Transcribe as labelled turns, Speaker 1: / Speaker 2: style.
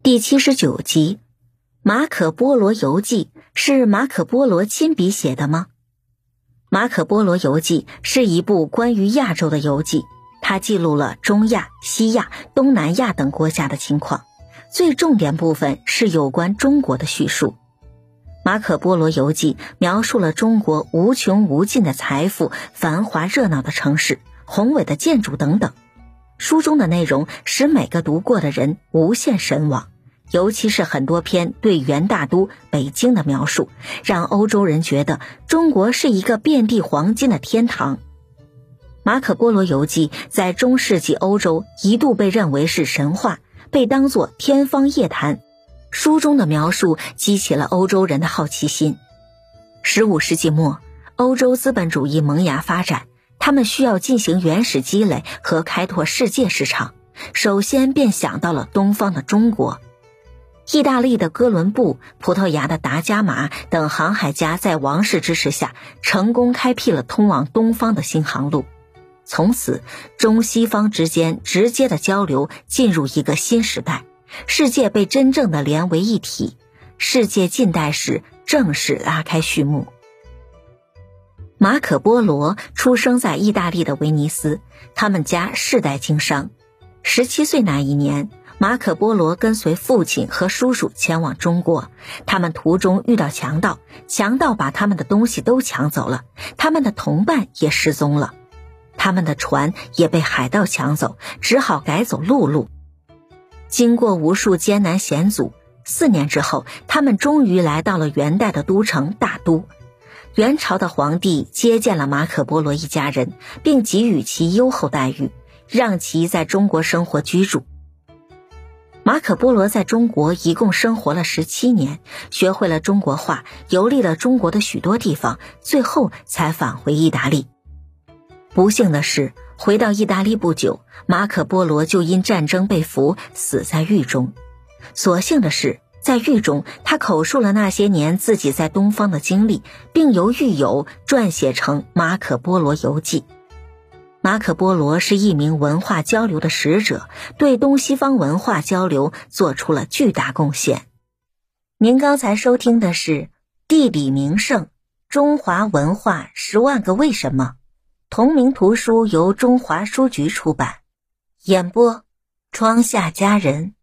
Speaker 1: 第79集，马可波罗游记是马可波罗亲笔写的吗？马可波罗游记是一部关于亚洲的游记，它记录了中亚、西亚、东南亚等国家的情况，最重点部分是有关中国的叙述。马可波罗游记描述了中国无穷无尽的财富、繁华热闹的城市、宏伟的建筑等等。书中的内容使每个读过的人无限神往，尤其是很多篇对元大都北京的描述，让欧洲人觉得中国是一个遍地黄金的天堂。马可波罗游记在中世纪欧洲一度被认为是神话，被当作天方夜谭。书中的描述激起了欧洲人的好奇心。15世纪末，欧洲资本主义萌芽发展，他们需要进行原始积累和开拓世界市场，首先便想到了东方的中国。意大利的哥伦布、葡萄牙的达伽马等航海家在王室支持下，成功开辟了通往东方的新航路。从此，中西方之间直接的交流进入一个新时代，世界被真正的连为一体，世界近代史正式拉开序幕。马可波罗出生在意大利的威尼斯，他们家世代经商。17岁那一年，马可波罗跟随父亲和叔叔前往中国，他们途中遇到强盗，强盗把他们的东西都抢走了，他们的同伴也失踪了，他们的船也被海盗抢走，只好改走陆路。经过无数艰难险阻，4年之后，他们终于来到了元代的都城大都。元朝的皇帝接见了马可波罗一家人，并给予其优厚待遇，让其在中国生活居住。马可波罗在中国一共生活了17年，学会了中国话，游历了中国的许多地方，最后才返回意大利。不幸的是，回到意大利不久，马可波罗就因战争被俘，死在狱中。所幸的是，在狱中，他口述了那些年自己在东方的经历，并由狱友撰写成《马可波罗游记》。马可波罗是一名文化交流的使者，对东西方文化交流做出了巨大贡献。您刚才收听的是《地理名胜：中华文化10万个为什么》，同名图书由中华书局出版，演播窗下佳人。